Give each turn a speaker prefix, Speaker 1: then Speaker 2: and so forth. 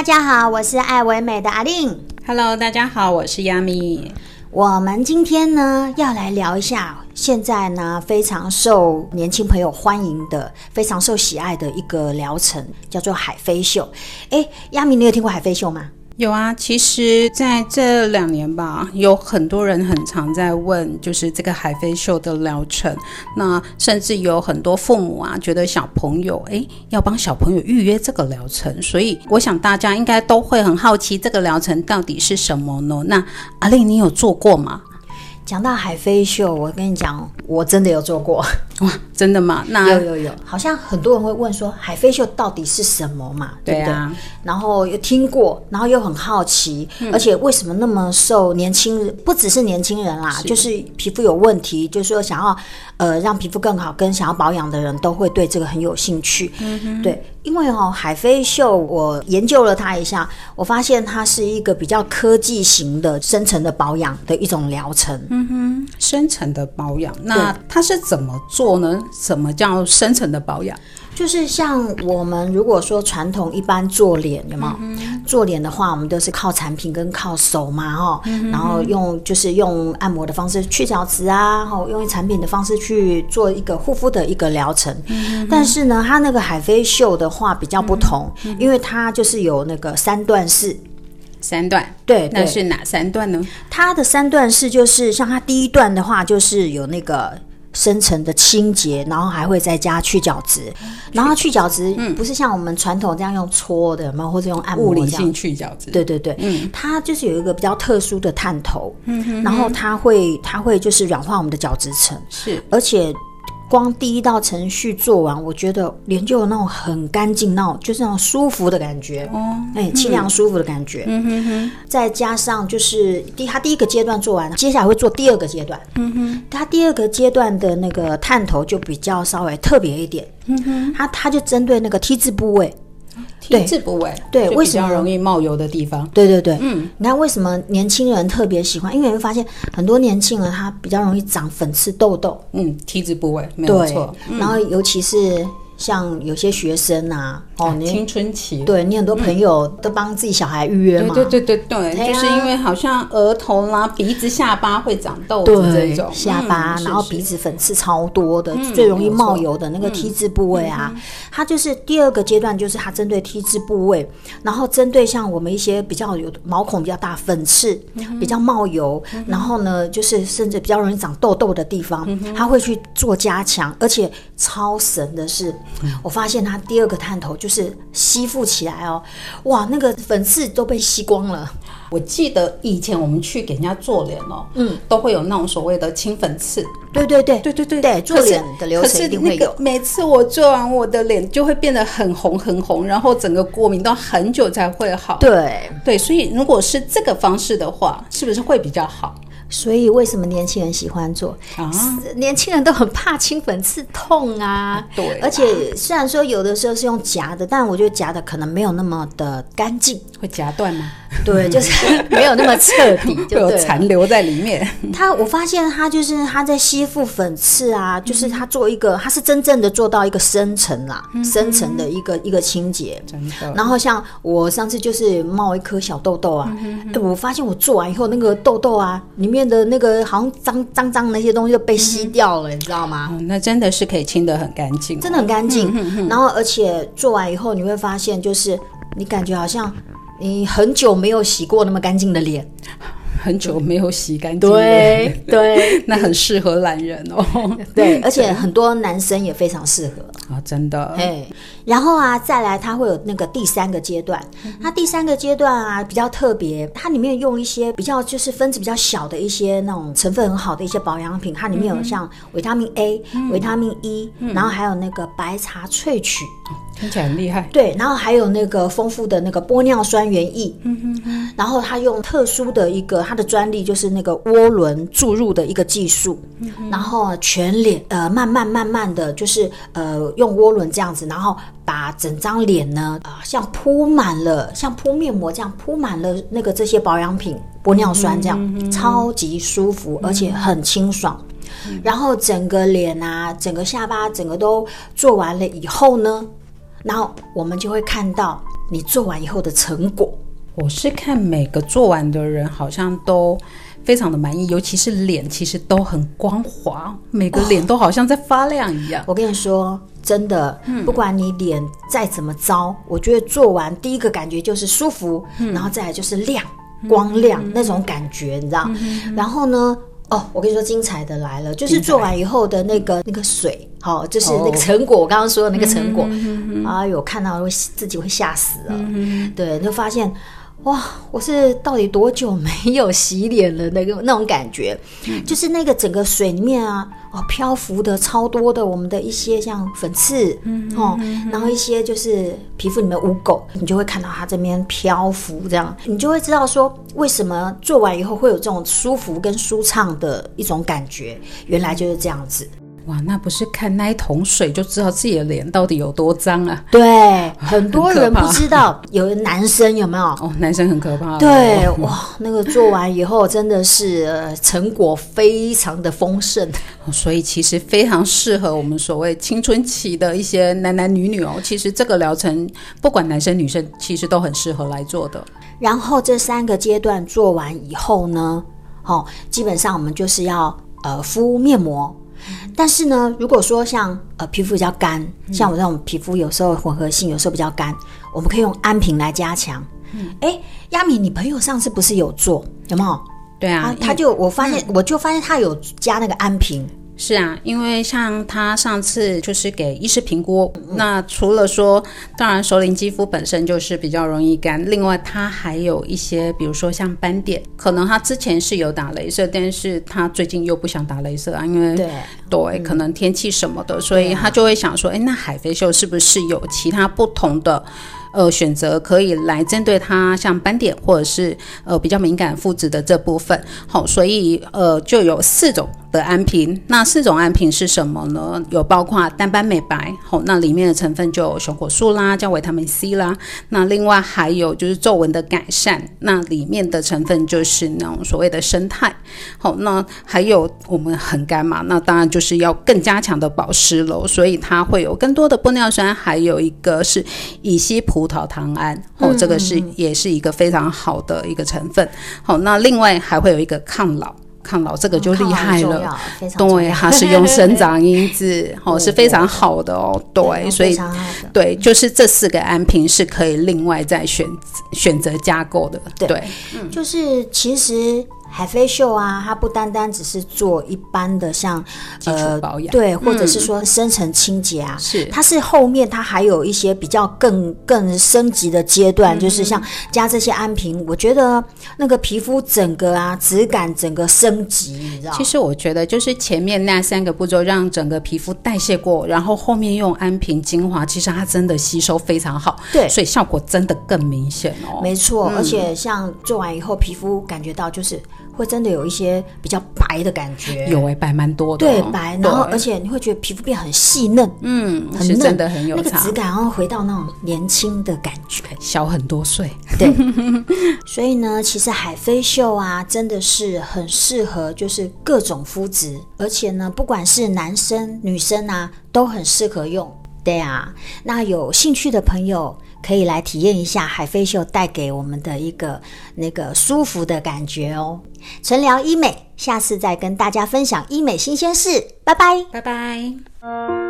Speaker 1: 家好，我是爱唯美的阿令。
Speaker 2: Hello， 大家好，我是亚米。
Speaker 1: 我们今天呢要来聊一下现在呢非常受年轻朋友欢迎的、非常受喜爱的一个疗程，叫做海飞秀。亚米，你有听过海飞秀吗？
Speaker 2: 有啊，其实在这2年吧，有很多人很常在问，就是这个海飞秀的疗程。那甚至有很多父母啊，觉得小朋友要帮小朋友预约这个疗程，所以我想大家应该都会很好奇这个疗程到底是什么呢？那阿令，你有做过吗？
Speaker 1: 讲到海飞秀，我跟你讲，我真的有做过。
Speaker 2: 哇，真的吗？那
Speaker 1: 有，好像很多人会问说海飞秀到底是什么嘛，对不对？然后又听过，然后又很好奇，而且为什么那么受年轻人，不只是年轻人啦，就是皮肤有问题，就是说想要让皮肤更好，跟想要保养的人都会对这个很有兴趣。对，因为海飞秀我研究了它一下，我发现它是一个比较科技型的深层的保养的一种疗程。
Speaker 2: 深层的保养，那它是怎么做呢？什么叫深层的保养？
Speaker 1: 就是像我们如果说传统一般做脸，有没有？做脸的话，我们都是靠产品跟靠手嘛，然后用按摩的方式去角质啊，用产品的方式去做一个护肤的一个疗程。但是呢，它那个海飞秀的话比较不同，因为它就是有那个3段式。
Speaker 2: 3段，
Speaker 1: 对，
Speaker 2: 那是哪3段呢？
Speaker 1: 它的3段式就是像它第一段的话，就是有那个深层的清洁，然后还会再加去角质。然后去角质不是像我们传统这样用搓的，有没有？或者用按摩这样
Speaker 2: 物理性去角质。
Speaker 1: 对，它就是有一个比较特殊的探头，然后它会就是软化我们的角质层，
Speaker 2: 是，
Speaker 1: 而且光第一道程序做完，我觉得脸就有那种很干净，那种就是那种舒服的感觉，清凉舒服的感觉。再加上就是他第一个阶段做完，接下来会做第2个阶段。他第2个阶段的那个探头就比较稍微特别一点。他就针对那个 T 字部位。
Speaker 2: T 字部位，
Speaker 1: 对，
Speaker 2: 为什么比较容易冒油的地方？
Speaker 1: 对，你看为什么年轻人特别喜欢？因为你会发现很多年轻人他比较容易长粉刺、痘痘。
Speaker 2: T 字部位没有错。
Speaker 1: 然后尤其是像有些学生啊，
Speaker 2: 青春期，
Speaker 1: 对，你很多朋友都帮自己小孩预约嘛。
Speaker 2: 对，就是因为好像额头啦、鼻子、下巴会长痘子这种，
Speaker 1: 下巴，然后鼻子粉刺超多的，最容易冒油的那个 T 字部位啊，它就是第2个阶段，就是它针对 T 字部位，然后针对像我们一些比较有毛孔比较大、粉刺比较冒油，然后呢，就是甚至比较容易长痘痘的地方，它会去做加强，而且超神的是。我发现它第2个探头就是吸附起来哇，那个粉刺都被吸光了。
Speaker 2: 我记得以前我们去给人家做脸都会有那种所谓的清粉刺。
Speaker 1: 对，做脸的流程一定会有。
Speaker 2: 每次我做完我的脸就会变得很红，然后整个过敏到很久才会好。对，所以如果是这个方式的话，是不是会比较好？
Speaker 1: 所以为什么年轻人喜欢做？年轻人都很怕清粉刺痛啊。
Speaker 2: 对，
Speaker 1: 而且虽然说有的时候是用夹的，但我觉得夹的可能没有那么的干净。
Speaker 2: 会夹断吗？
Speaker 1: 对，就是没有那么彻底，就
Speaker 2: 会有残留在里面。
Speaker 1: 我发现他在吸附粉刺啊，就是他做一个，他是真正的做到一个深层啦，深层的一个清洁。
Speaker 2: 真的。
Speaker 1: 然后像我上次就是冒一颗小痘痘啊，我发现我做完以后那个痘痘啊，里面的那个好像脏脏那些东西就被吸掉了，你知道吗？
Speaker 2: 那真的是可以清得很干净，
Speaker 1: 真的很干净。然后而且做完以后你会发现，就是你感觉好像你很久没有洗过那么干净的脸。
Speaker 2: 很久没有洗干净，
Speaker 1: 对，
Speaker 2: 那很适合懒人
Speaker 1: 对，而且很多男生也非常适合
Speaker 2: 真的。
Speaker 1: 然后再来它会有那个第3个阶段，它第3个阶段比较特别，它里面用一些比较就是分子比较小的一些那种成分很好的一些保养品，它里面有像维他命 A、维他命 E，然后还有那个白茶萃取，
Speaker 2: 听起来很厉害。
Speaker 1: 对，然后还有那个丰富的那个玻尿酸原液，然后它用特殊的一个它的专利就是那个涡轮注入的一个技术，然后全脸慢慢的就是用涡轮这样子，然后把整张脸呢像铺面膜这样铺满了那个这些保养品玻尿酸这样，超级舒服而且很清爽。然后整个脸整个下巴整个都做完了以后呢，然后我们就会看到你做完以后的成果？
Speaker 2: 我是看每个做完的人好像都非常的满意，尤其是脸其实都很光滑，每个脸都好像在发亮一样。
Speaker 1: 我跟你说真的，不管你脸再怎么糟，我觉得做完第一个感觉就是舒服，然后再来就是亮，光亮那种感觉，你知道？然后呢，我跟你说精彩的来了，就是做完以后的那个水，就是那个成果，我刚刚说的那个成果，哎呦，看到自己会吓死了。对，就发现哇，我是到底多久没有洗脸了？那种感觉，就是那个整个水里面啊，漂浮的超多的我们的一些像粉刺，然后一些就是皮肤里面污垢，你就会看到它这边漂浮，这样你就会知道说为什么做完以后会有这种舒服跟舒畅的一种感觉，原来就是这样子。
Speaker 2: 哇，那不是看那一桶水就知道自己的脸到底有多脏啊？
Speaker 1: 对，很多人不知道，有男生有没有？
Speaker 2: 男生很可怕。
Speaker 1: 对，哇，那个做完以后真的是成果非常的丰盛，
Speaker 2: 所以其实非常适合我们所谓青春期的一些男男女女其实这个疗程不管男生女生其实都很适合来做的。
Speaker 1: 然后这3个阶段做完以后呢，基本上我们就是要敷面膜。但是呢，如果说像皮肤比较干，像我这种皮肤有时候混合性，有时候比较干，我们可以用安瓶来加强。亚米，你朋友上次不是有做，有没有？
Speaker 2: 对啊，
Speaker 1: 我就发现他有加那个安瓶。
Speaker 2: 是啊，因为像他上次就是给医师评估，那除了说当然熟龄肌肤本身就是比较容易干，另外他还有一些比如说像斑点，可能他之前是有打雷射，但是他最近又不想打雷射啊，因为对可能天气什么的，所以他就会想说那海飞秀是不是有其他不同的选择可以来针对它像斑点或者是比较敏感肤质的这部分。所以就有4种的安瓶。那4种安瓶是什么呢？有包括淡斑美白，那里面的成分就有熊果素啦，叫维他命 C 啦。那另外还有就是皱纹的改善，那里面的成分就是那种所谓的生态。那还有我们很干嘛，那当然就是要更加强的保湿了，所以它会有更多的玻尿酸，还有一个是乙烯葡萄糖胺，这个也是一个非常好的一个成分。那另外还会有一个抗老这个就厉害了，对，它是用生长因子是非常好的对，所以对，就是这4个安瓶是可以另外再选择加购的。对，
Speaker 1: 就是其实海飞秀啊，它不单单只是做一般的像
Speaker 2: 基础保养，
Speaker 1: 对，或者是说深层清洁啊，
Speaker 2: 是
Speaker 1: 它是后面它还有一些比较更升级的阶段，就是像加这些安瓶，我觉得那个皮肤整个质感整个升级，你知道？
Speaker 2: 其实我觉得就是前面那3个步骤让整个皮肤代谢过，然后后面用安瓶精华，其实它真的吸收非常好，
Speaker 1: 对，
Speaker 2: 所以效果真的更明显
Speaker 1: 没错，而且像做完以后皮肤感觉到就是会真的有一些比较白的感觉，
Speaker 2: 有白蛮多的，
Speaker 1: 对，白，然后而且你会觉得皮肤变很细嫩，很嫩，
Speaker 2: 是真的很有差，
Speaker 1: 那个质感，然后回到那种年轻的感觉，
Speaker 2: 小很多岁，
Speaker 1: 对。所以呢，其实海飞秀啊，真的是很适合就是各种肤质，而且呢，不管是男生女生啊，都很适合用。对啊，那有兴趣的朋友可以来体验一下海飞秀带给我们的一个那个舒服的感觉哦。纯聊医美，下次再跟大家分享医美新鲜事，拜拜，
Speaker 2: 拜拜。